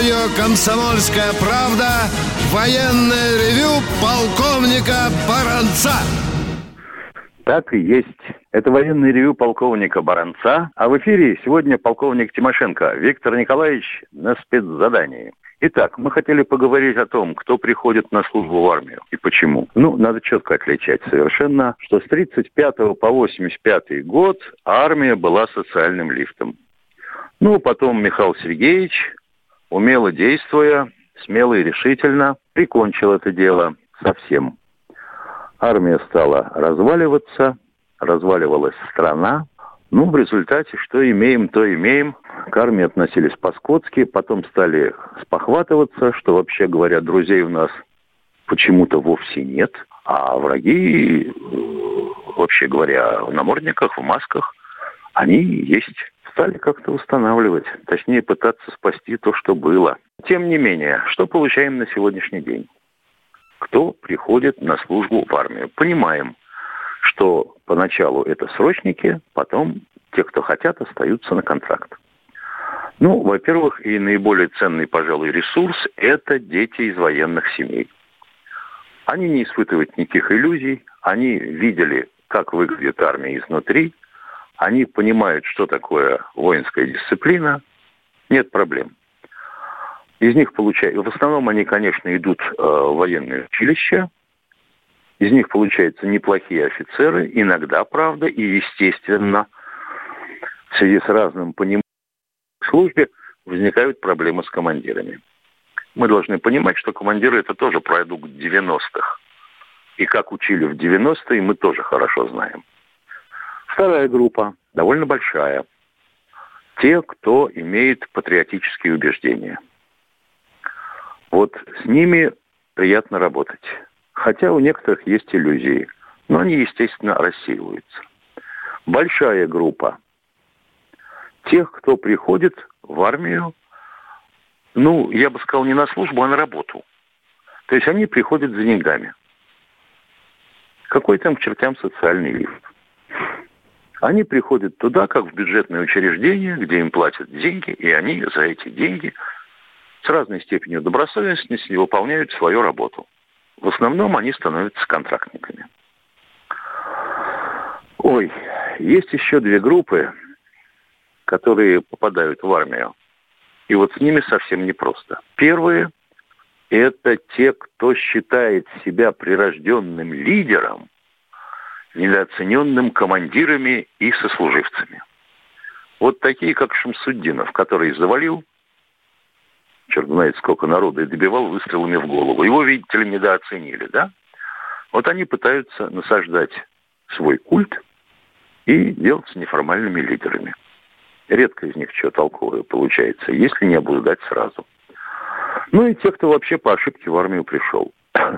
радио «Комсомольская правда» военное ревю полковника Баранца. Так и есть. Это военное ревю полковника Баранца. А в эфире сегодня полковник Тимошенко Виктор Николаевич на спецзадании. Итак, мы хотели поговорить о том, кто приходит на службу в армию и почему. Надо четко отличать совершенно, что с 1935 по 1985 год армия была социальным лифтом. Потом Михаил Сергеевич, умело действуя, смело и решительно, прикончил это дело совсем. Армия стала разваливаться, разваливалась страна. В результате, что имеем, то имеем. К армии относились по-скотски, потом стали спохватываться, что, вообще говоря, друзей у нас почему-то вовсе нет. А враги, вообще говоря, в намордниках, в масках, они есть. Стали как-то восстанавливать, точнее пытаться спасти то, что было. Тем не менее, что получаем на сегодняшний день? Кто приходит на службу в армию? Понимаем, что поначалу это срочники, потом те, кто хотят, остаются на контракт. Во-первых, и наиболее ценный, пожалуй, ресурс – это дети из военных семей. Они не испытывают никаких иллюзий, они видели, как выглядит армия изнутри, они понимают, что такое воинская дисциплина, нет проблем. Из них в основном они, конечно, идут в военное училище, из них получаются неплохие офицеры, иногда, правда, и, естественно, в связи с разным пониманием в службе возникают проблемы с командирами. Мы должны понимать, что командиры – это тоже продукт 90-х. И как учили в 90-е, мы тоже хорошо знаем. Вторая группа, довольно большая. Те, кто имеет патриотические убеждения. С ними приятно работать. Хотя у некоторых есть иллюзии. Но они, естественно, рассеиваются. Большая группа тех, кто приходит в армию, я бы сказал, не на службу, а на работу. То есть они приходят за деньгами. Какой там к чертям социальный лифт? Они приходят туда, как в бюджетное учреждение, где им платят деньги, и они за эти деньги с разной степенью добросовестности выполняют свою работу. В основном они становятся контрактниками. Есть еще две группы, которые попадают в армию. И с ними совсем непросто. Первые – это те, кто считает себя прирожденным лидером, недооцененным командирами и сослуживцами. Такие, как Шамсуддинов, который завалил, черт знает сколько народа, и добивал выстрелами в голову. Его, видите ли, недооценили, да? Они пытаются насаждать свой культ и делаться неформальными лидерами. Редко из них что толковое получается, если не обуздать сразу. И те, кто вообще по ошибке в армию пришел.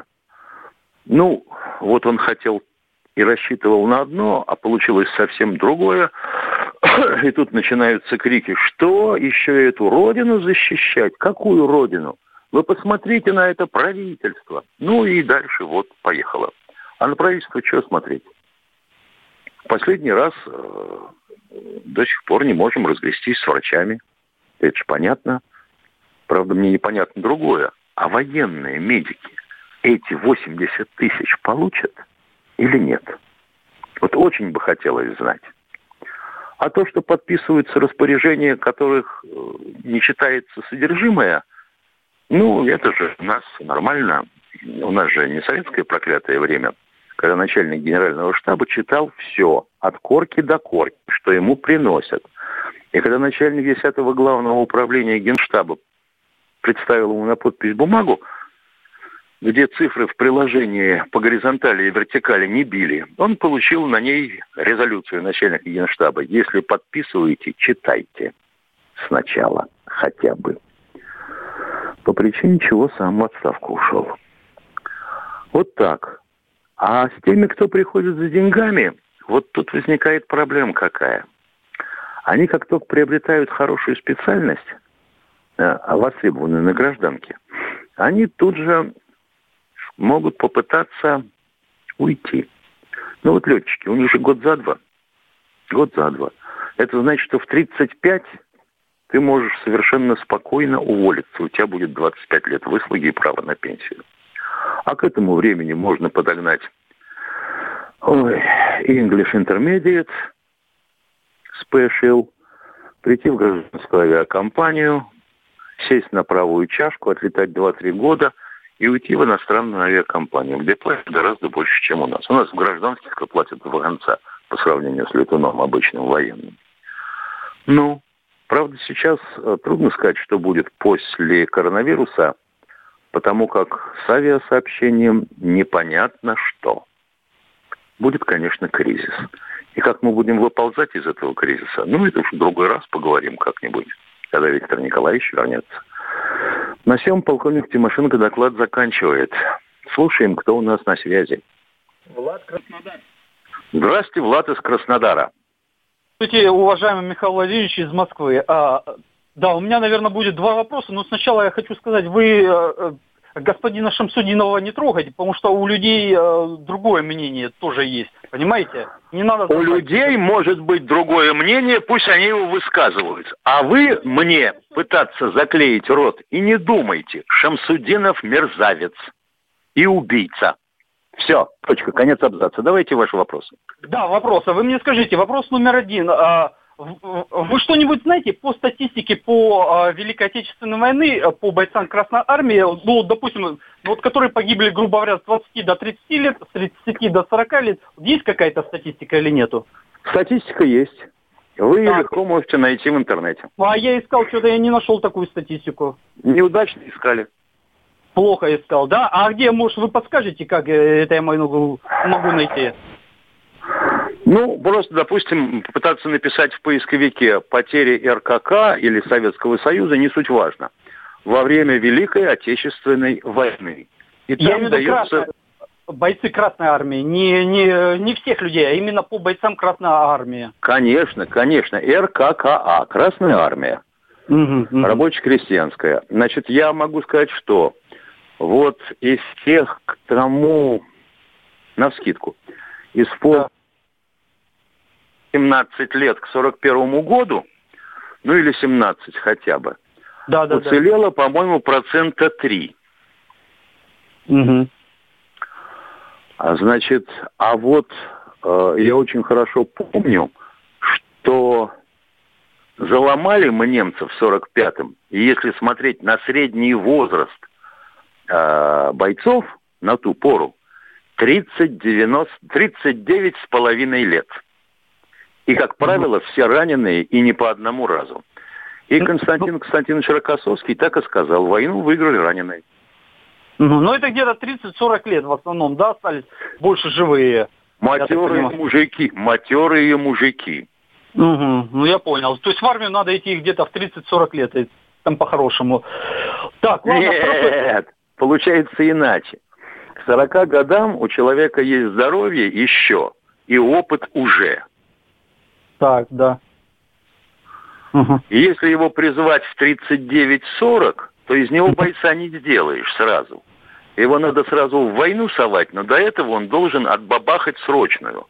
Он хотел и рассчитывал на одно, а получилось совсем другое. И тут начинаются крики: что, еще эту родину защищать? Какую родину? Вы посмотрите на это правительство. И дальше поехало. А на правительство что смотреть? Последний раз до сих пор не можем разгрестись с врачами. Это же понятно. Правда, мне непонятно другое. А военные медики эти 80 тысяч получат или нет? Очень бы хотелось знать. А то, что подписываются распоряжения, которых не читается содержимое, это же у нас нормально. У нас же не советское проклятое время, когда начальник генерального штаба читал все, от корки до корки, что ему приносят. И когда начальник 10-го главного управления Генштаба представил ему на подпись бумагу, где цифры в приложении по горизонтали и вертикали не били, он получил на ней резолюцию начальника Генштаба: если подписываете, читайте сначала хотя бы. По причине чего сам в отставку ушел. Так. А с теми, кто приходит за деньгами, тут возникает проблема какая. Они как только приобретают хорошую специальность, востребованную на гражданке, они тут же могут попытаться уйти. Летчики, у них же год за два. Это значит, что в 35 ты можешь совершенно спокойно уволиться. У тебя будет 25 лет выслуги и право на пенсию. А к этому времени можно подогнать English Intermediate, Special, прийти в гражданскую авиакомпанию, сесть на правую чашку, отлетать 2-3 года и уйти в иностранную авиакомпанию, где платят гораздо больше, чем у нас. У нас в гражданских платят в конца по сравнению с летуном обычным военным. Ну, правда, сейчас трудно сказать, что будет после коронавируса, потому как с авиасообщением непонятно что. Будет, конечно, кризис. И как мы будем выползать из этого кризиса, ну, это уж в другой раз поговорим как-нибудь, когда Виктор Николаевич вернется. На сём полковник Тимошенко доклад заканчивает. Слушаем, кто у нас на связи. Влад, Краснодар. Здравствуйте, Влад из Краснодара. Здравствуйте, уважаемый Михаил Владимирович из Москвы. Да, у меня, наверное, будет два вопроса, но сначала я хочу сказать, вы господина Шамсудинова не трогайте, потому что у людей другое мнение тоже есть, понимаете? Не надо... У людей может быть другое мнение, пусть они его высказывают. А вы мне пытаться заклеить рот и не думайте, Шамсудинов мерзавец и убийца. Все, точка, конец абзаца. Давайте ваши вопросы. Да, вопросы. Вы мне скажите, вопрос номер один. Вы что-нибудь знаете по статистике по Великой Отечественной войны, по бойцам Красной Армии, ну, допустим, вот, которые погибли, грубо говоря, с 20 до 30 лет, с 30 до 40 лет, есть какая-то статистика или нету? Статистика есть. Вы ее легко можете найти в интернете. А я искал, что-то я не нашел такую статистику. Неудачно искали. Плохо искал, да? А где, может, вы подскажете, как это я могу найти? Ну, просто, допустим, попытаться написать в поисковике «потери РКК» или Советского Союза, не суть важно. Во время Великой Отечественной войны. И там я имею в виду дается... бойцы Красной Армии, не всех людей, а именно по бойцам Красной Армии. Конечно, РККА, Красная Армия, рабоче-крестьянская. Значит, я могу сказать, что вот из тех, кому, навскидку, из 17 лет к 41 году, ну или 17 хотя бы, уцелело, по-моему, 3%. Значит, а вот я очень хорошо помню, что заломали мы немцев в 45-м, и если смотреть на средний возраст бойцов на ту пору, 39,5 лет. И, как правило, все раненые и не по одному разу. И Константин Константинович Рокоссовский так и сказал, войну выиграли раненые. Ну, это где-то 30-40 лет в основном, да, остались больше живые. Матерые мужики. Ну, я понял. То есть в армию надо идти где-то в 30-40 лет, и там по-хорошему. Так, ладно. Нет, получается иначе. К 40 годам у человека есть здоровье еще, и опыт уже. Так, да. И если его призвать в 39-40, то из него бойца не сделаешь сразу. Его надо сразу в войну совать, но до этого он должен отбабахать срочную.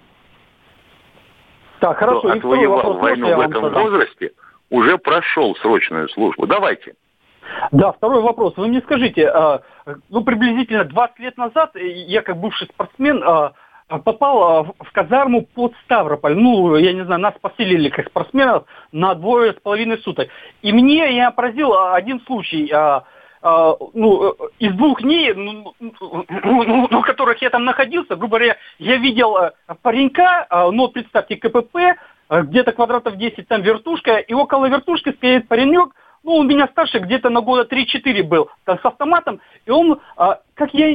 Так, хорошо. Отвоевал войну в этом возрасте, уже прошел срочную службу. Давайте. Да, второй вопрос. Вы мне скажите, ну, приблизительно 20 лет назад я, как бывший спортсмен, попал в казарму под Ставрополь. Ну, я не знаю, нас поселили как спортсменов на 2,5 суток. И я поразил один случай. Из 2 дней, в которых я там находился, грубо говоря, я видел паренька, представьте, КПП, где-то квадратов 10, там вертушка, и около вертушки стоит паренек, он меня старше, где-то на года 3-4 был, там, с автоматом, и он, как я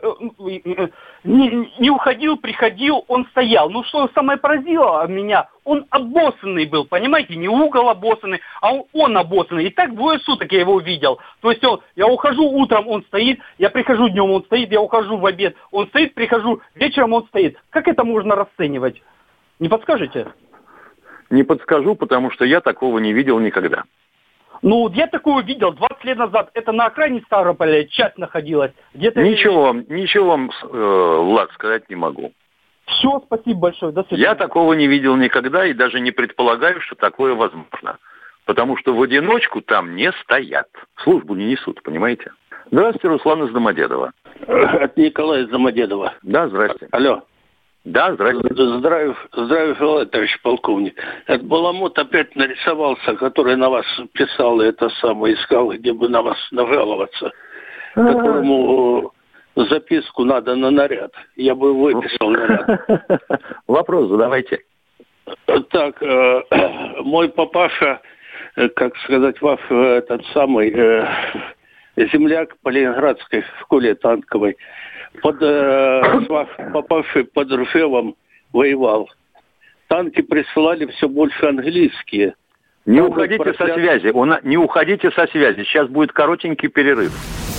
не уходил, приходил, он стоял. Ну, что самое поразило меня, он обоссанный был, понимаете, не угол обоссанный, а он обоссанный. И так 2 суток я его видел. То есть я ухожу утром, он стоит, я прихожу днем, он стоит, я ухожу в обед, он стоит, прихожу, вечером он стоит. Как это можно расценивать? Не подскажете? Не подскажу, потому что я такого не видел никогда. Ну, я такого видел 20 лет назад. Это на окраине Ставрополя часть находилась. Где-то... Ничего вам, Влад, сказать не могу. Все, спасибо большое. До свидания. Я такого не видел никогда и даже не предполагаю, что такое возможно. Потому что в одиночку там не стоят. Службу не несут, понимаете? Здравствуйте, Руслан из Домодедово. Это Николай из Домодедова. Да, здрасте. Алло. Да, здрасте. Здравия желаю, товарищ полковник. Это Баламут опять нарисовался, который на вас писал, это самое, искал, где бы на вас нажаловаться. Которому записку надо на наряд. Я бы выписал наряд. Вопрос задавайте. Так, мой папаша, как сказать, этот самый земляк по Ленинградской школе танковой, попавший под Ржевом, воевал. Танки присылали все больше английские. Не уходите со связи. Не уходите со связи. Сейчас будет коротенький перерыв.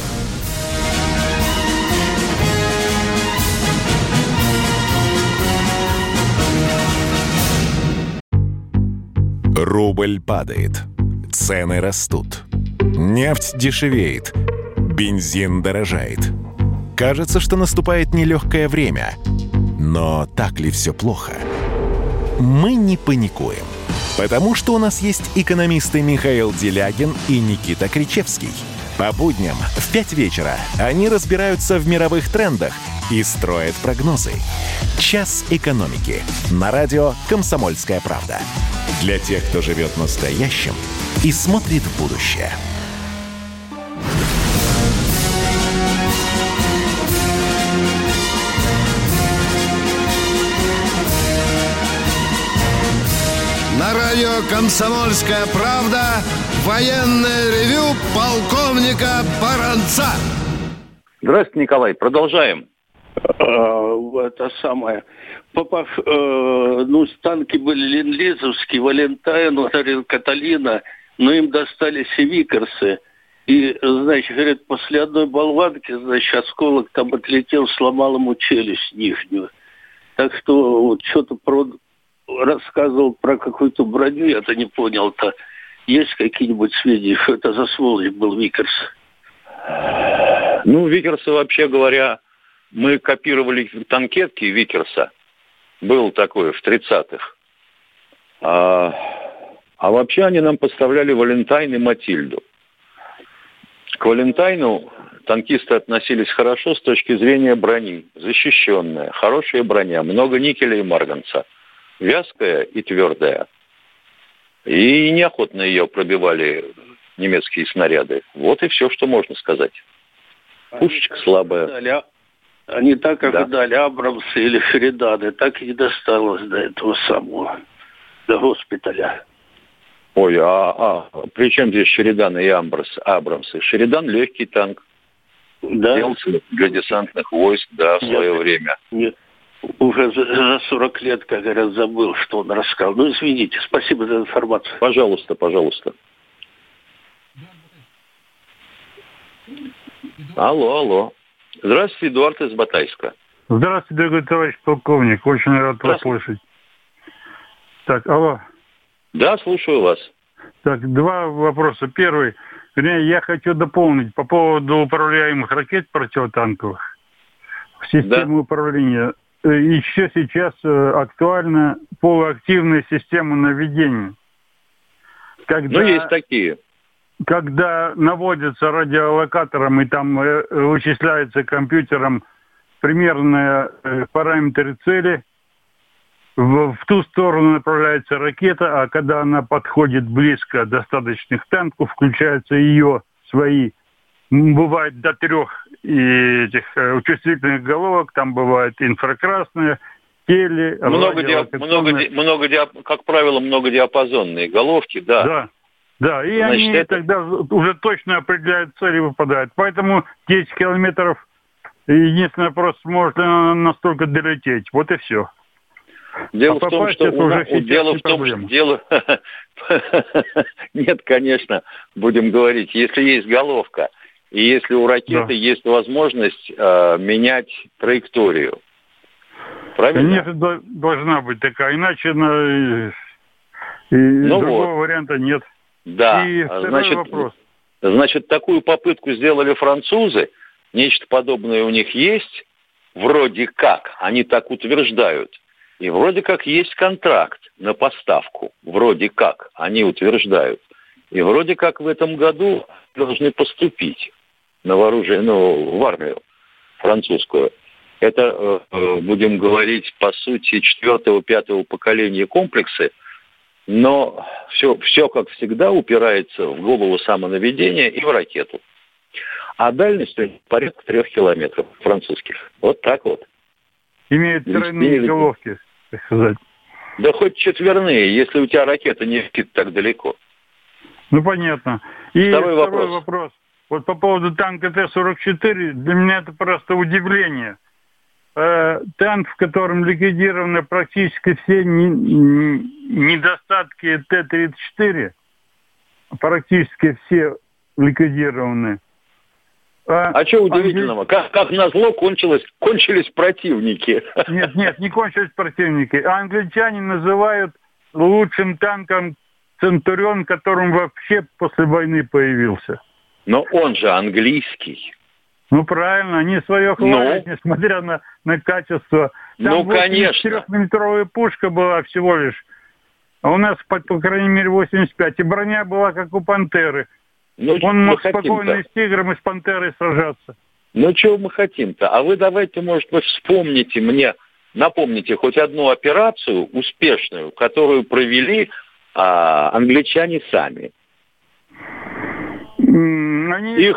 Рубль падает. Цены растут. Нефть дешевеет. Бензин дорожает. Кажется, что наступает нелегкое время. Но так ли все плохо? Мы не паникуем. Потому что у нас есть экономисты Михаил Делягин и Никита Кричевский. По будням в 5 вечера они разбираются в мировых трендах и строят прогнозы. «Час экономики» на радио «Комсомольская правда». Для тех, кто живет настоящим и смотрит в будущее. На радио «Комсомольская правда» военное ревю полковника Баранца. Здравствуйте, Николай. Продолжаем. Это самое. Попав, танки были ленд-лизовские, Валентайн, Каталина, но им достались и Викерсы. И, значит, говорят, после одной болванки, значит, осколок там отлетел, сломал ему челюсть нижнюю. Так что вот что-то рассказывал про какую-то броню, я-то не понял-то. Есть какие-нибудь сведения, что это за сволочь был Викерс? Викерсы, вообще говоря, мы копировали танкетки Викерса. Было такое в 30-х. А вообще они нам поставляли Валентайн и Матильду. К Валентайну танкисты относились хорошо с точки зрения брони. Защищенная, хорошая броня, много никеля и марганца. Вязкая и твердая. И неохотно ее пробивали немецкие снаряды. Вот и все, что можно сказать. Пушечка слабая. Они так ожидали Абрамсы или Шериданы, так и не досталось до этого самого, до госпиталя. Ой, при чем здесь Шериданы и Абрамсы? Шеридан легкий танк. Да? Делался для десантных войск, в свое время. Нет. Уже за 40 лет, как говорят, забыл, что он рассказал. Извините, спасибо за информацию. Пожалуйста, пожалуйста. Алло. Здравствуйте, Эдуард из Батайска. Здравствуйте, дорогой товарищ полковник. Очень рад вас слышать. Так, алло. Да, слушаю вас. Так, 2 вопроса. Первый. Я хочу дополнить по поводу управляемых ракет противотанковых в систему управления. Еще сейчас актуальна полуактивная система наведения. Есть такие. Когда наводится радиолокатором и там вычисляется компьютером примерные параметры цели, в ту сторону направляется ракета, а когда она подходит близко достаточных танков, включаются ее свои, бывает до 3 этих чувствительных головок, там бывает инфракрасная, как правило, многодиапазонные головки, да. Да, и они тогда уже точно определяют цели, выпадают. Поэтому 10 километров, единственный вопрос, может ли она настолько долететь. Вот и все. Дело в том, что нет, конечно, будем говорить, если есть головка, и если у ракеты есть возможность менять траекторию. Правильно? Конечно, должна быть такая, иначе другого варианта нет. Да, и второй вопрос. Значит, такую попытку сделали французы, нечто подобное у них есть, вроде как, они так утверждают, и вроде как есть контракт на поставку, вроде как, они утверждают. И вроде как в этом году должны поступить на вооружение, в армию французскую. Это, будем говорить, по сути, 4-5 поколения комплексы, но все, как всегда, упирается в голову самонаведения и в ракету. А дальность порядка 3 километров французских. Вот так вот. Имеют тройные головки, так сказать. Да хоть четверные, если у тебя ракета не летит так далеко. Ну, понятно. И Второй вопрос. Вот по поводу танка Т-44, для меня это просто удивление. Танк, в котором ликвидированы практически все недостатки Т-34, практически все ликвидированы. А что удивительного? Как назло кончились противники. Нет, не кончились противники. А англичане называют лучшим танком Центурион, которым вообще после войны появился. Но он же английский. Ну, правильно, они свое хвалят, несмотря на качество. Там конечно. 4-миллиметровая пушка была всего лишь. А у нас, по крайней мере, 85. И броня была, как у «Пантеры». Он мог спокойно и с «Тигром», и с «Пантерой» сражаться. Ну, чего мы хотим-то? А вы давайте, может быть, вспомните мне, напомните хоть одну операцию успешную, которую провели англичане сами. И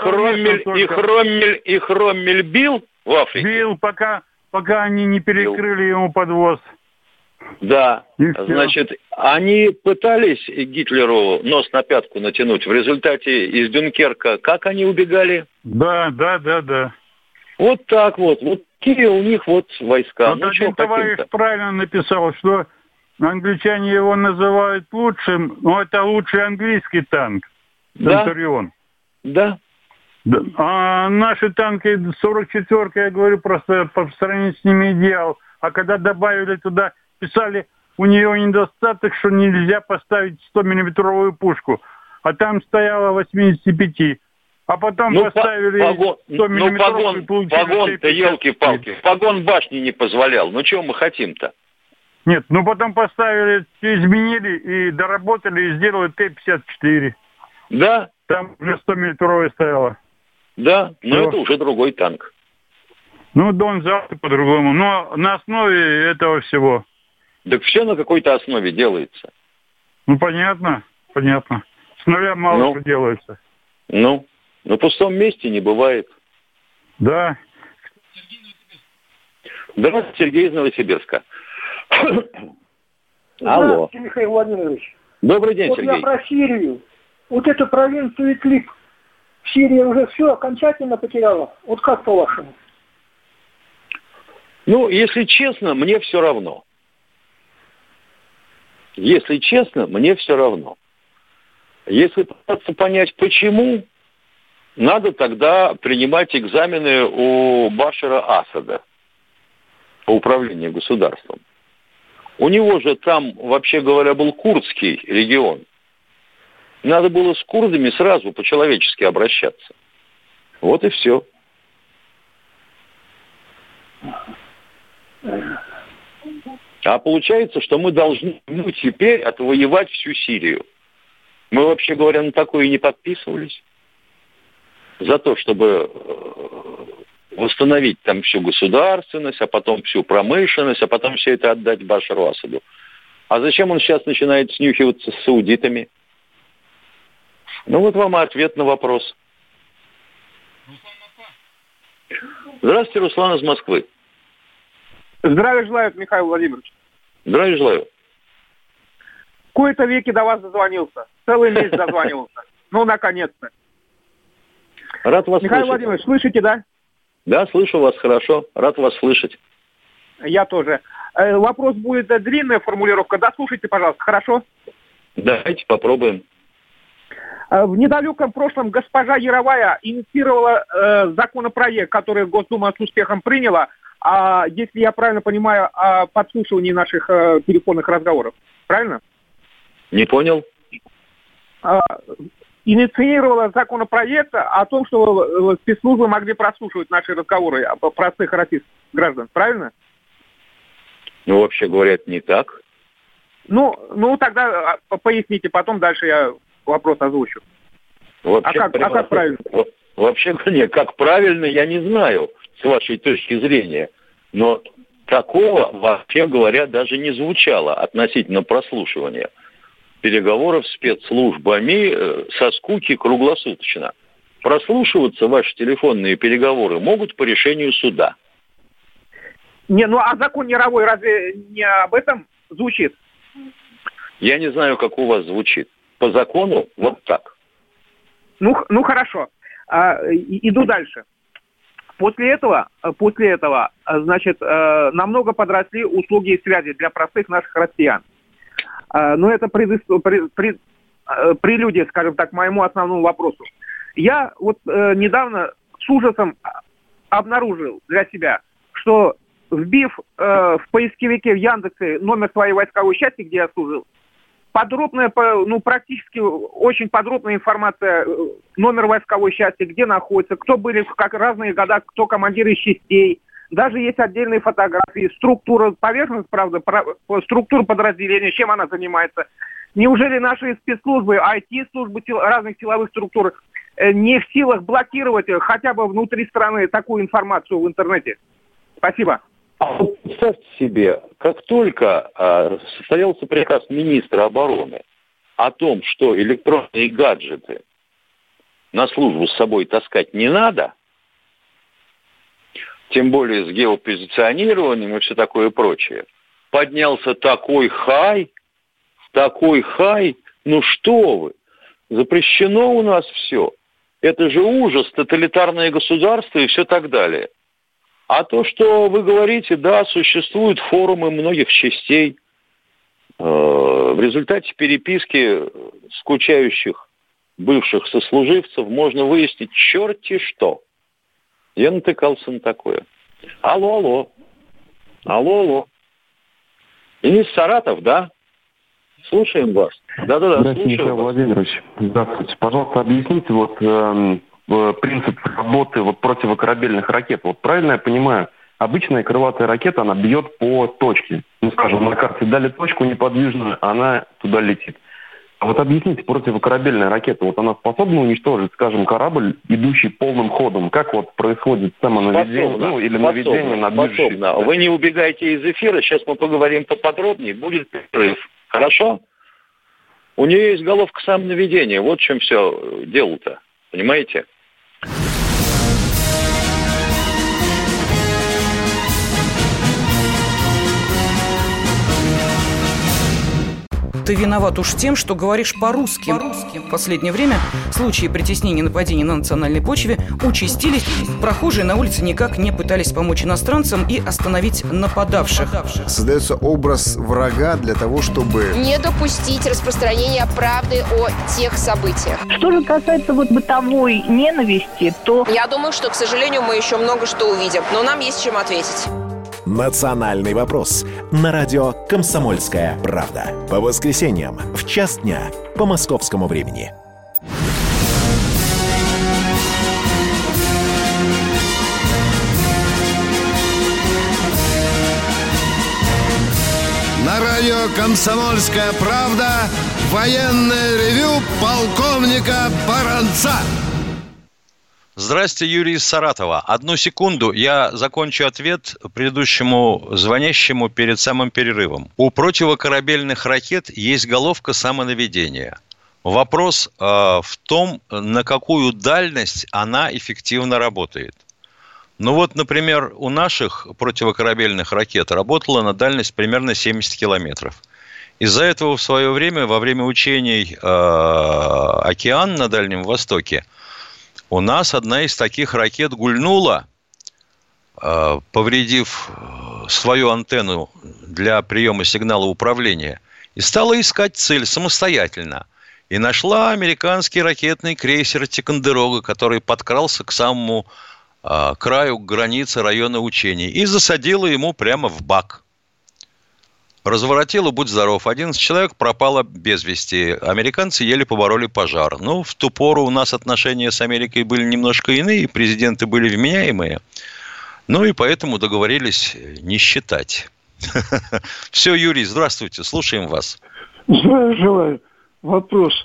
Хроммель бил в Африке? Бил, пока они не перекрыли ему подвоз. Да, значит, они пытались Гитлеру нос на пятку натянуть. В результате из Дюнкерка как они убегали? Да. Вот так вот. Вот такие у них вот войска. Вот один товарищ правильно написал, что англичане его называют лучшим, но это лучший английский танк. Центурион. Да. А наши танки 44-ка, я говорю, просто по сравнению с ними идеал. А когда добавили туда, писали, у нее недостаток, что нельзя поставить 100-миллиметровую пушку. А там стояло 85. А потом поставили 100-миллиметровую. Погон-то, елки-палки. Погон башни не позволял. Ну, чего мы хотим-то? Нет, потом поставили, изменили и доработали, и сделали Т-54. Да. Там уже 100-миллиметровая стояла. Да, но это уже другой танк. Он завтра по-другому. Но на основе этого всего. Так все на какой-то основе делается. Понятно. С нуля мало что делается. На пустом месте не бывает. Да. Здравствуйте, Сергей из Новосибирска. Алло. Здравствуйте, Михаил Владимирович. Добрый день, Сергей. Я про Сирию. Вот эту провинцию Идлиб. Сирия уже все окончательно потеряла. Вот как по-вашему? Если честно, мне все равно. Если пытаться понять, почему, надо тогда принимать экзамены у Башара Асада по управлению государством. У него же там, вообще говоря, был курдский регион. Надо было с курдами сразу по-человечески обращаться. Вот и все. А получается, что мы должны теперь отвоевать всю Сирию. Мы, вообще говоря, на такое и не подписывались. За то, чтобы восстановить там всю государственность, а потом всю промышленность, а потом все это отдать Башару Асаду. А зачем он сейчас начинает снюхиваться с саудитами? Вот вам и ответ на вопрос. Здравствуйте, Руслан из Москвы. Здравия желаю, Михаил Владимирович. Здравия желаю. В кои-то веки до вас дозвонился. Целый месяц дозванивался. Наконец-то. Рад вас Михаил слышать. Владимирович, слышите, да? Да, слышу вас хорошо. Рад вас слышать. Я тоже. Вопрос будет длинная формулировка. Дослушайте, пожалуйста, хорошо? Давайте попробуем. В недалеком прошлом госпожа Яровая инициировала законопроект, который Госдума с успехом приняла, если я правильно понимаю, о подслушивании наших телефонных разговоров. Правильно? Не понял. Инициировала законопроект о том, что спецслужбы могли прослушивать наши разговоры простых российских граждан. Правильно? Вообще говоря, это не так. Тогда поясните, потом дальше я вопрос озвучу. Вообще, как правильно? Вообще, нет, как правильно, я не знаю, с вашей точки зрения. Но такого, вообще говоря, даже не звучало относительно прослушивания переговоров с спецслужбами со скуки круглосуточно. Прослушиваться ваши телефонные переговоры могут по решению суда. Не, ну а закон мировой разве не об этом звучит? Я не знаю, как у вас звучит. По закону вот так. Ну хорошо. Иду дальше. После этого, значит, намного подросли услуги связи для простых наших россиян. Но это прелюдия, скажем так, к моему основному вопросу. Я вот недавно с ужасом обнаружил для себя, что вбив в поисковике в Яндексе номер своей войсковой части, где я служил, подробная, практически очень подробная информация, номер войсковой части, где находится, кто были в разные года, кто командиры частей. Даже есть отдельные фотографии, структура, поверхность, правда, структура подразделения, чем она занимается. Неужели наши спецслужбы, IT-службы разных силовых структур не в силах блокировать хотя бы внутри страны такую информацию в интернете? Спасибо. Представьте себе, как только состоялся приказ министра обороны о том, что электронные гаджеты на службу с собой таскать не надо, тем более с геопозиционированием и все такое прочее, поднялся такой хай, ну что вы, запрещено у нас все. Это же ужас, тоталитарное государство и все так далее. А то, что вы говорите, да, существуют форумы многих частей. В результате переписки скучающих бывших сослуживцев можно выяснить черти что. Я натыкался на такое. Алло. Денис Саратов, да? Слушаем вас. Да-да-да, здравствуйте, Михаил Владимирович. Здравствуйте. Пожалуйста, объясните принцип работы противокорабельных ракет. Вот правильно я понимаю, обычная крылатая ракета, она бьет по точке. Скажем, на карте дали точку неподвижную, она туда летит. А вот объясните, противокорабельная ракета, она способна уничтожить, скажем, корабль, идущий полным ходом? Как происходит самонаведение, или наведение на движущийся? Способна. Вы не убегайте из эфира, сейчас мы поговорим поподробнее, будет перерыв. Хорошо? У нее есть головка самонаведения, вот в чем все дело-то, понимаете? Ты виноват уж тем, что говоришь по-русски. В последнее время случаи притеснения и нападений на национальной почве участились. Прохожие на улице никак не пытались помочь иностранцам и остановить нападавших. Создается образ врага для того, чтобы не допустить распространения правды о тех событиях. Что же касается бытовой ненависти, то... Я думаю, что, к сожалению, мы еще много что увидим, но нам есть чем ответить. «Национальный вопрос» на радио «Комсомольская правда». По воскресеньям в 1:00 дня по московскому времени. На радио «Комсомольская правда» военное ревю полковника Баранца. Здрасте, Юрий из Саратова. Одну секунду, я закончу ответ предыдущему звонящему перед самым перерывом. У противокорабельных ракет есть головка самонаведения. Вопрос в том, на какую дальность она эффективно работает. Например, у наших противокорабельных ракет работала на дальность примерно 70 километров. Из-за этого в свое время, во время учений «Океан» на Дальнем Востоке, у нас одна из таких ракет гульнула, повредив свою антенну для приема сигнала управления, и стала искать цель самостоятельно. И нашла американский ракетный крейсер «Тикандерога», который подкрался к самому краю, к границе района учений, и засадила ему прямо в бак. Разворотила, будь здоров. 11 человек пропало без вести. Американцы еле побороли пожар. В ту пору у нас отношения с Америкой были немножко иные, президенты были вменяемые. И поэтому договорились не считать. Все, Юрий, здравствуйте, слушаем вас. Желаю. Вопрос.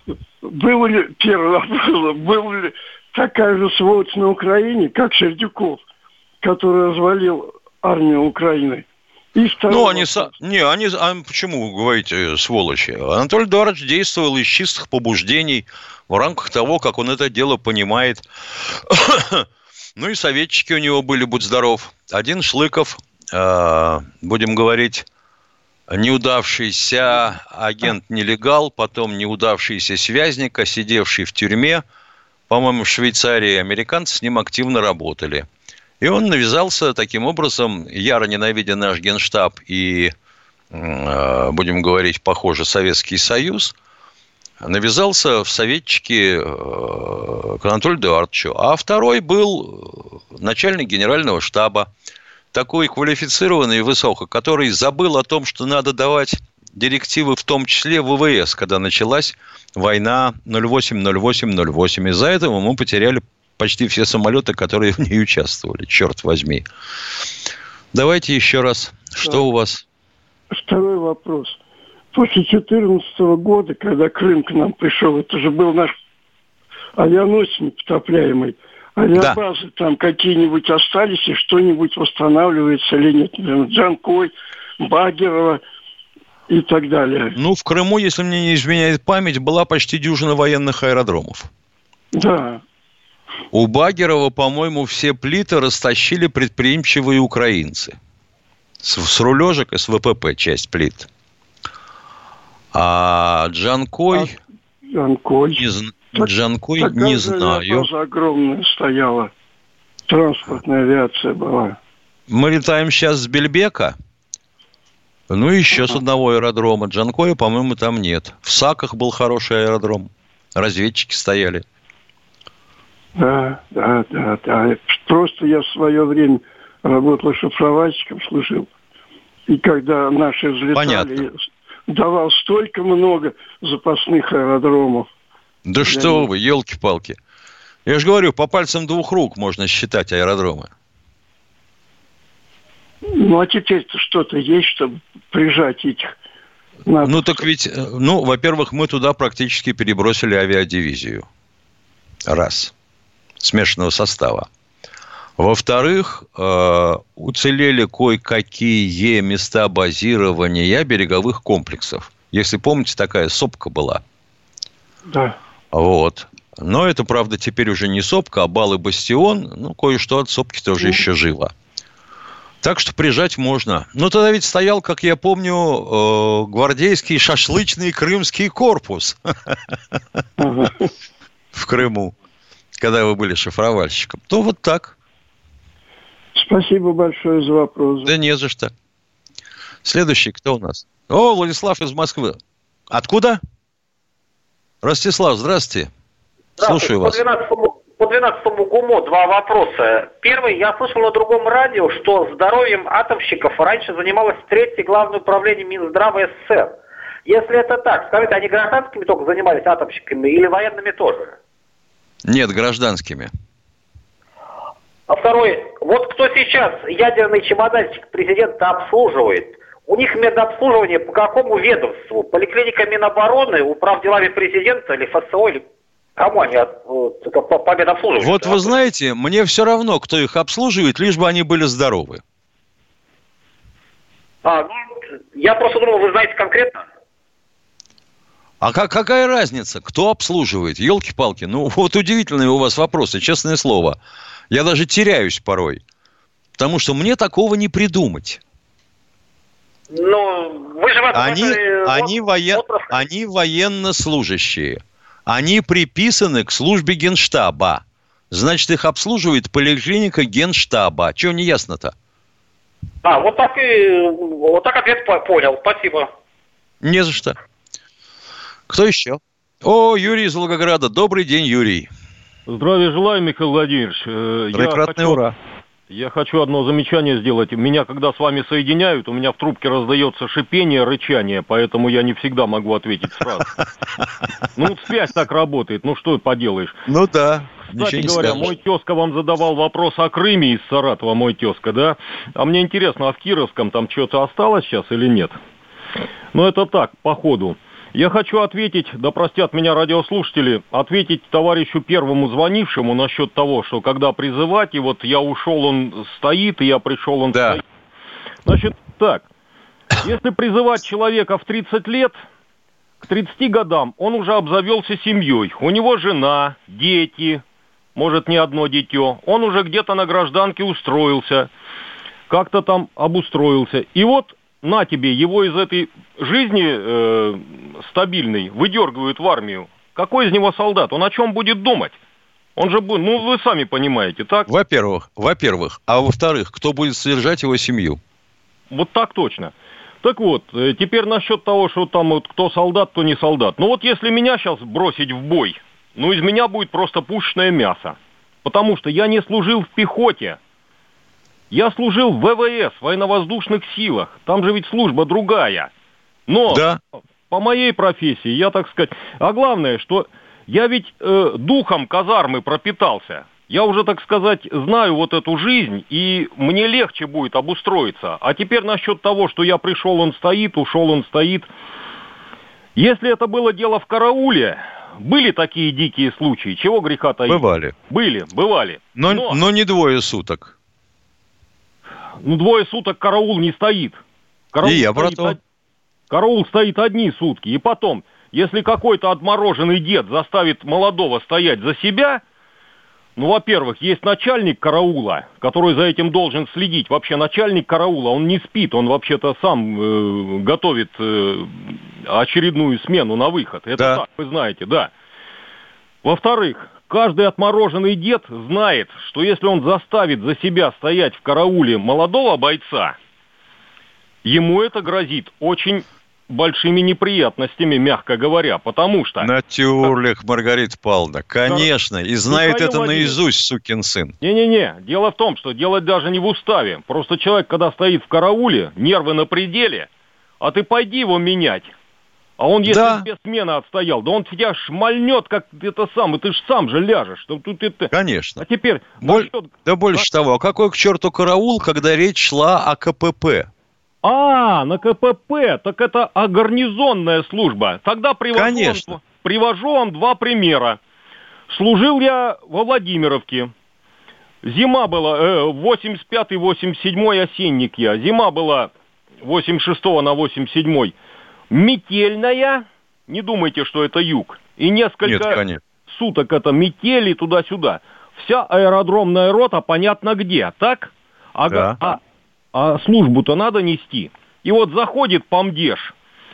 был ли, первый вопрос, был ли такая же сволочь на Украине, как Сердюков, который развалил армию Украины? И почему вы говорите сволочи? Анатолий Эдуардович действовал из чистых побуждений в рамках того, как он это дело понимает. Ну и советчики у него были, будь здоров. Один Шлыков, будем говорить, неудавшийся агент-нелегал, потом неудавшийся связник, сидевший в тюрьме, по-моему, в Швейцарии. Американцы с ним активно работали. И он навязался таким образом, яро ненавидя наш Генштаб и, будем говорить, похоже, Советский Союз, навязался в советчики к Анатолию Эдуардовичу. А второй был начальник генерального штаба, такой квалифицированный и высокий, который забыл о том, что надо давать директивы, в том числе ВВС, когда началась война 08-08-08. Из-за этого мы потеряли почти все самолеты, которые в ней участвовали, черт возьми. Давайте еще раз. Что у вас? Второй вопрос. После 2014 года, когда Крым к нам пришел, это же был наш авианосец непотопляемый. Авиабазы там какие-нибудь остались, и что-нибудь восстанавливается или нет? Джанкой, Багерова и так далее. Ну, в Крыму, если мне не изменяет память, была почти дюжина военных аэродромов. Да. У Багерова, по-моему, все плиты растащили предприимчивые украинцы. С рулежек и с ВПП часть плит. А Джанкой... Джанкой не знаю. База огромная стояла. Транспортная авиация была. Мы летаем сейчас с Бельбека. Ну, еще с одного аэродрома. Джанкоя, по-моему, там нет. В Саках был хороший аэродром. Разведчики стояли. Да. Просто я в свое время работал шифровальщиком, служил. И когда наши взлетали, давал столько много запасных аэродромов. Да что вы, елки-палки. Я же говорю, по пальцам двух рук можно считать аэродромы. Ну, а теперь-то что-то есть, чтобы прижать этих... Ну, так ведь, во-первых, мы туда практически перебросили авиадивизию. Раз. Смешанного состава. Во-вторых, уцелели кое-какие места базирования береговых комплексов. Если помните, такая сопка была. Да. Вот. Но это, правда, теперь уже не сопка, а Бал и Бастион. Ну, кое-что от сопки тоже еще живо. Так что прижать можно. Но тогда ведь стоял, как я помню, гвардейский шашлычный крымский корпус в Крыму, когда вы были шифровальщиком. То вот так. Спасибо большое за вопрос. Да не за что. Следующий кто у нас? О, Владислав из Москвы. Откуда? Ростислав, здравствуйте. Слушаю вас. По 12-му ГУМО два вопроса. Первый, я слышал на другом радио, что здоровьем атомщиков раньше занималось 3-е Главное управление Минздрава СССР. Если это так, скажите, они гражданскими только занимались атомщиками или военными тоже? Нет, гражданскими. А второй, вот кто сейчас ядерный чемоданчик президента обслуживает? У них медобслуживание по какому ведомству? Поликлиника Минобороны, управделами президента или ФСО, или кому они по медобслуживанию? Вот вы знаете, мне все равно, кто их обслуживает, лишь бы они были здоровы. Я просто думал, вы знаете конкретно. А какая разница, кто обслуживает? Елки-палки, ну вот удивительные у вас вопросы, честное слово. Я даже теряюсь порой, потому что мне такого не придумать. Ну, вы же они военнослужащие. Они приписаны к службе Генштаба. Значит, их обслуживает поликлиника Генштаба. Чего не ясно-то? Вот так ответ понял. Спасибо. Не за что. Кто еще? О, Юрий из Волгограда. Добрый день, Юрий. Здравия желаю, Михаил Владимирович. Прекратный ура. Я хочу одно замечание сделать. Меня, когда с вами соединяют, у меня в трубке раздается шипение, рычание, поэтому я не всегда могу ответить сразу. Ну, связь так работает, ну что поделаешь. Ну да. Кстати говоря, мой тезка вам задавал вопрос о Крыме из Саратова, мой тезка, да? А мне интересно, а в Кировском там что-то осталось сейчас или нет? Ну, это так, по ходу. Я хочу ответить, да простят меня радиослушатели, ответить товарищу первому звонившему насчет того, что когда призывать, и вот я ушел, он стоит, и я пришел, он стоит. Значит, так, если призывать человека в 30 лет, к 30 годам он уже обзавелся семьей, у него жена, дети, может, не одно дитё, он уже где-то на гражданке устроился, как-то там обустроился, и вот на тебе, его из этой жизни стабильной выдергивают в армию. Какой из него солдат? Он о чем будет думать? Он же будет, ну, вы сами понимаете, так? Во-первых. А во-вторых, кто будет содержать его семью? Вот так точно. Так вот, теперь насчет того, что там вот кто солдат, кто не солдат. Ну вот если меня сейчас бросить в бой, ну из меня будет просто пушечное мясо. Потому что я не служил в пехоте. Я служил в ВВС, в военно-воздушных силах. Там же ведь служба другая. Но по моей профессии, я так сказать... А главное, что я ведь духом казармы пропитался. Я уже, так сказать, знаю вот эту жизнь, и мне легче будет обустроиться. А теперь насчет того, что я пришел, он стоит, ушел, он стоит. Если это было дело в карауле, были такие дикие случаи, чего греха таить? Бывали. Но не 2 суток. Ну, 2 суток караул не стоит. Караул стоит одни сутки. И потом, если какой-то отмороженный дед заставит молодого стоять за себя, ну, во-первых, есть начальник караула, который за этим должен следить. Вообще начальник караула, он не спит, он вообще-то сам готовит очередную смену на выход. Это так, вы знаете, да. Во-вторых, каждый отмороженный дед знает, что если он заставит за себя стоять в карауле молодого бойца, ему это грозит очень большими неприятностями, мягко говоря, потому что... Натюрлих, Маргарита Павловна, конечно, и знает это наизусть, сукин сын. Не-не-не, дело в том, что дело даже не в уставе. Просто человек, когда стоит в карауле, нервы на пределе, а ты пойди его менять. А он, если без смены отстоял, да он тебя шмальнет, как это сам, и ты ж сам же ляжешь. Тут это... Конечно. А теперь... больше того, а какой к черту караул, когда речь шла о КПП? На КПП, так это гарнизонная служба. Тогда привожу вам 2 примера. Служил я во Владимировке. Зима была, 85-87 осенник я. Зима была 86 на 87 метельная. Не думайте, что это юг. И несколько суток это метели туда-сюда. Вся аэродромная рота понятно где, так? А службу-то надо нести. И вот заходит помдеж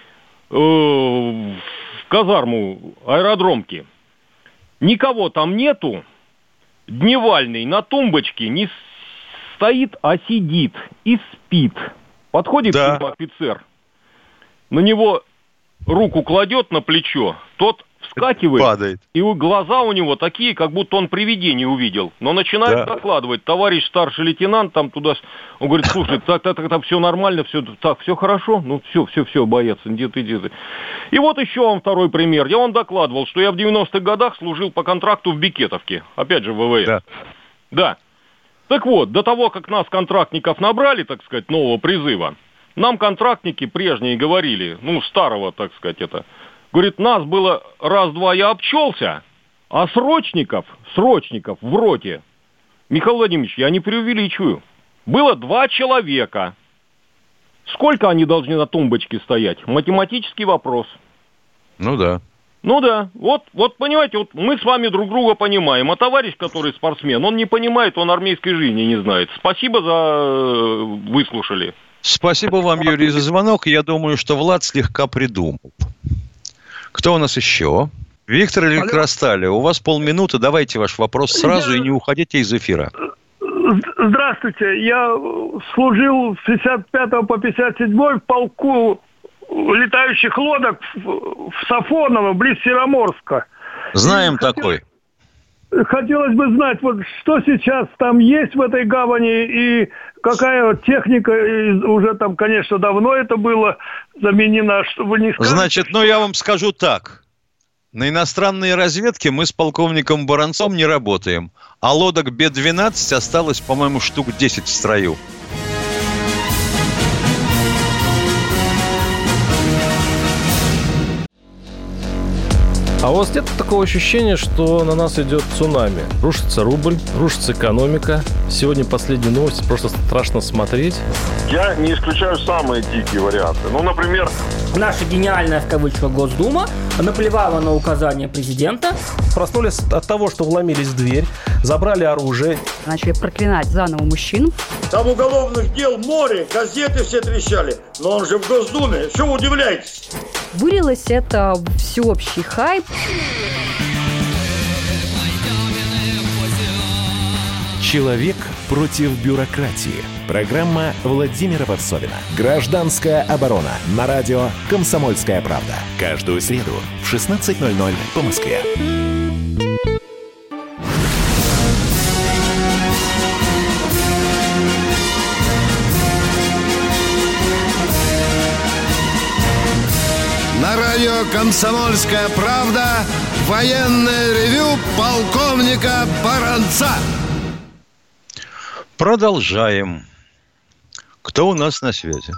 в казарму аэродромки. Никого там нету. Дневальный на тумбочке не стоит, а сидит и спит. Подходит к нему офицер. На него руку кладет на плечо. Тот вскакивает. Падает. И глаза у него такие, как будто он привидение увидел. Но начинает докладывать. Товарищ старший лейтенант там туда... Он говорит, слушай, так все нормально, все хорошо. Ну, все, боец, иди ты. И вот еще вам второй пример. Я вам докладывал, что я в 90-х годах служил по контракту в Бекетовке. Опять же, в ВВС. Да. Так вот, до того, как нас, контрактников, набрали, так сказать, нового призыва, нам контрактники прежние говорили, старого, так сказать, это... Говорит, нас было раз-два я обчелся, а срочников в роте, Михаил Владимирович, я не преувеличиваю, было 2 человека. Сколько они должны на тумбочке стоять? Математический вопрос. Ну да. Вот понимаете, вот мы с вами друг друга понимаем, а товарищ, который спортсмен, он не понимает, он армейской жизни не знает. Спасибо за выслушали. Спасибо вам, Юрий, за звонок. Я думаю, что Влад слегка придумал. Кто у нас еще? Виктор или Крастали? У вас полминуты. Давайте ваш вопрос сразу и не уходите из эфира. Здравствуйте. Я служил с 55 по 57 в полку летающих лодок в Сафоново, близ Сероморска. Знаем такой. Хотелось бы знать, вот что сейчас там есть в этой гавани и какая техника, и уже там, конечно, давно это было заменено, чтобы не сказать... Значит, я вам скажу так. На иностранные разведки мы с полковником Баранцом не работаем, а лодок Б-12 осталось, по-моему, штук 10 в строю. А у вас нет такого ощущения, что на нас идет цунами? Рушится рубль, рушится экономика. Сегодня последние новости, просто страшно смотреть. Я не исключаю самые дикие варианты. Ну, например... Наша гениальная, в кавычках, Госдума наплевала на указания президента. Проснулись от того, что вломились в дверь, забрали оружие. Начали проклинать заново мужчин. Там уголовных дел море, газеты все трещали. Но он же в Госдуме, что вы удивляетесь? Вылилось это в всеобщий хайп. Человек против бюрократии. Программа Владимира Варсовина. Гражданская оборона. На радио «Комсомольская правда». Каждую среду в 16:00 по Москве. На радио «Комсомольская правда» военное ревю полковника Баранца. Продолжаем. Кто у нас на связи?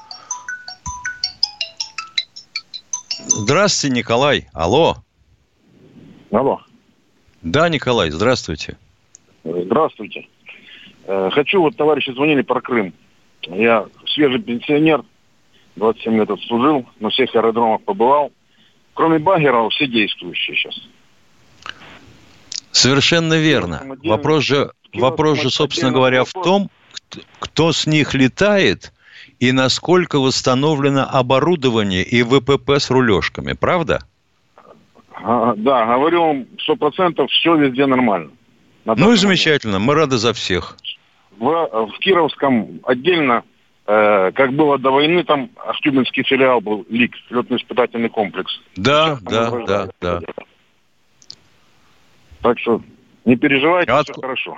Здравствуйте, Николай. Алло. Алло. Да, Николай, здравствуйте. Здравствуйте. Хочу, вот товарищи звонили про Крым. Я свежий пенсионер, 27 лет отслужил, на всех аэродромах побывал. Кроме Багерова, все действующие сейчас. Совершенно верно. Вопрос же, собственно говоря, в том, кто с них летает и насколько восстановлено оборудование и ВПП с рулежками. Правда? Да, говорю вам, 100% все везде нормально. Ну и замечательно, мы рады за всех. В Кировском отдельно, как было до войны, там Ахтюбинский филиал был, ЛИК, летно-испытательный комплекс. Да. Так что не переживайте, все хорошо.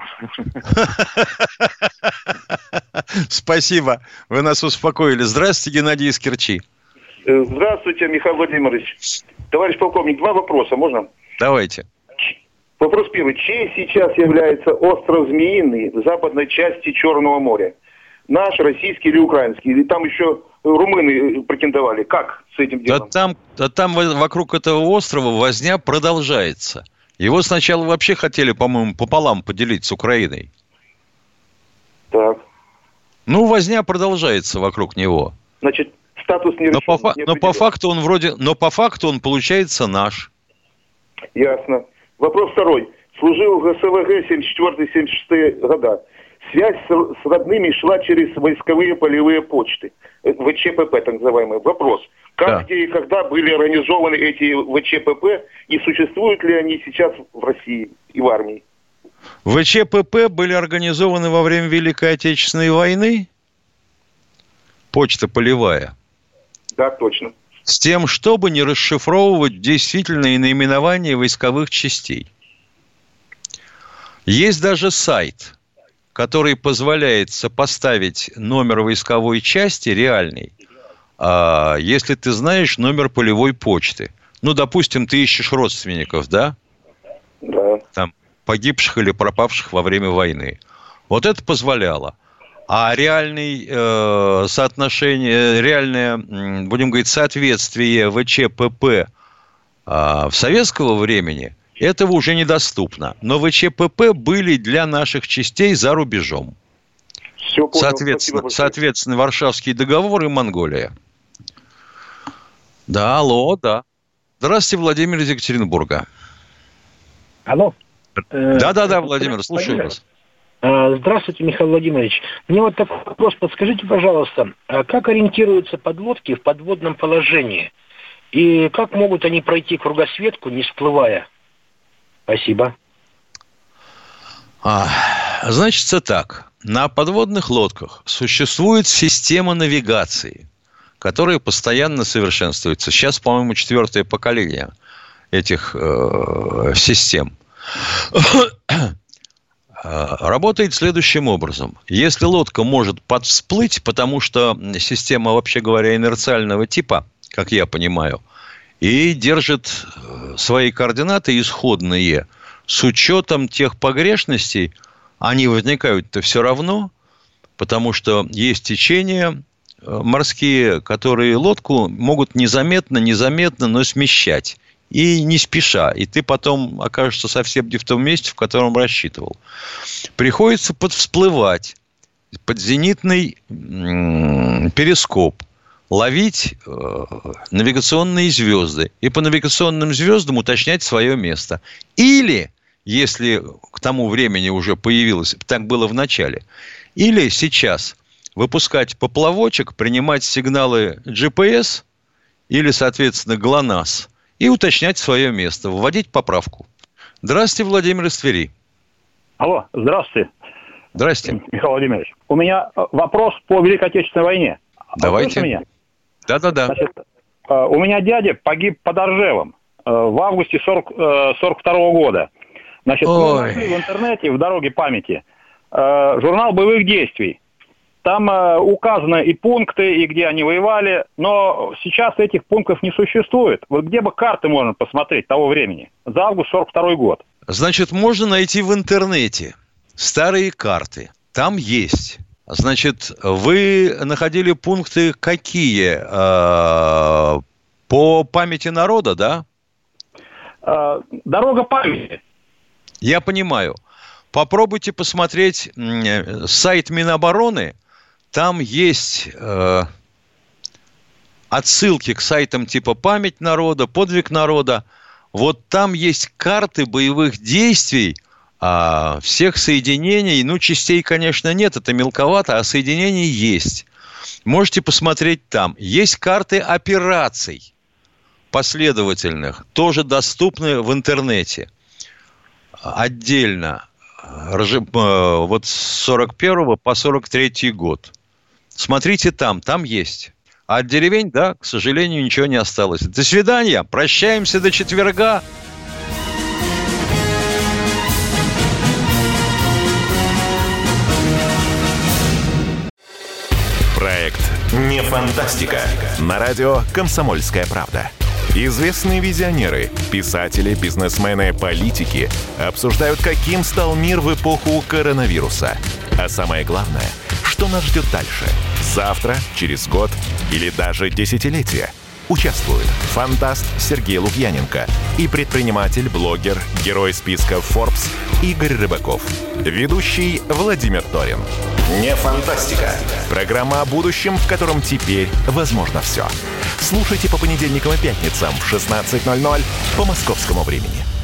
Спасибо, вы нас успокоили. Здравствуйте, Геннадий из Керчи. Здравствуйте, Михаил Владимирович. Товарищ полковник, два вопроса, можно? Давайте. Вопрос первый. Чей сейчас является остров Змеиный в западной части Черного моря? Наш, российский или украинский? Или там еще румыны претендовали? Как с этим делом? Да там вокруг этого острова возня продолжается. Его сначала вообще хотели, по-моему, пополам поделить с Украиной. Так. Ну, возня продолжается вокруг него. Значит, статус не решен. Но по факту он получается наш. Ясно. Вопрос второй. Служил в ГСВГ 74-76 года. Связь с родными шла через войсковые полевые почты. ВЧПП, так называемый. Вопрос. Как, где и когда были организованы эти ВЧПП и существуют ли они сейчас в России и в армии? ВЧПП были организованы во время Великой Отечественной войны. Почта полевая. Да, точно. С тем, чтобы не расшифровывать действительные наименования войсковых частей. Есть даже сайт, который позволяет сопоставить номер войсковой части реальный, если ты знаешь номер полевой почты. Ну, допустим, ты ищешь родственников, да? Да. Там, погибших или пропавших во время войны. Вот это позволяло. А реальное, будем говорить, соответствие ВЧПП в советского времени, этого уже недоступно. Но ВЧПП были для наших частей за рубежом. Все понял. Соответственно, Варшавский договор и Монголия. Да, алло, да. Здравствуйте, Владимир из Екатеринбурга. Алло. Да, Владимир, слушаю вас. Здравствуйте, Михаил Владимирович. Мне вот такой вопрос. Подскажите, пожалуйста, как ориентируются подлодки в подводном положении? И как могут они пройти кругосветку, не всплывая? Спасибо. Значит, так. На подводных лодках существует система навигации, которая постоянно совершенствуется. Сейчас, по-моему, 4-е поколение этих систем. Работает следующим образом. Если лодка может подвсплыть, потому что система, вообще говоря, инерциального типа, как я понимаю, и держит свои координаты исходные, с учетом тех погрешностей, они возникают-то все равно, потому что есть течения морские, которые лодку могут незаметно, но смещать. и не спеша. И ты потом окажешься совсем не в том месте, в котором рассчитывал. Приходится подвсплывать под зенитный перископ, ловить навигационные звезды и по навигационным звездам уточнять свое место. Или, если к тому времени уже появилось, так было в начале, или сейчас выпускать поплавочек, принимать сигналы GPS или, соответственно, ГЛОНАСС и уточнять свое место, вводить поправку. Здравствуйте, Владимир из Твери. Алло, здравствуйте. Здрасте. Михаил Владимирович. У меня вопрос по Великой Отечественной войне. Давайте. Меня? Да-да-да. Значит, у меня дядя погиб под Оржевом в августе 42 года. Значит, мы нашли в интернете, в «Дороге памяти», журнал боевых действий. Там указаны и пункты, и где они воевали, но сейчас этих пунктов не существует. Вот где бы карты можно посмотреть того времени? За август 42 год. Значит, можно найти в интернете старые карты. Там есть. Значит, вы находили пункты какие? По памяти народа, да? Дорога памяти. Я понимаю. Попробуйте посмотреть сайт Минобороны. Там есть отсылки к сайтам типа «Память народа», «Подвиг народа». Вот там есть карты боевых действий всех соединений. Ну, частей, конечно, нет, это мелковато, а соединений есть. Можете посмотреть там. Есть карты операций последовательных, тоже доступны в интернете. Отдельно. Вот с 41 по 43 год. Смотрите там есть. А от деревень, да, к сожалению, ничего не осталось. До свидания. Прощаемся до четверга. Проект «Не фантастика». На радио «Комсомольская правда». Известные визионеры, писатели, бизнесмены, политики обсуждают, каким стал мир в эпоху коронавируса. А самое главное, что нас ждет дальше? Завтра, через год или даже десятилетие? Участвуют фантаст Сергей Лукьяненко и предприниматель, блогер, герой списка Forbes Игорь Рыбаков. Ведущий Владимир Торин. Не фантастика. Программа о будущем, в котором теперь возможно все. Слушайте по понедельникам и пятницам в 16:00 по московскому времени.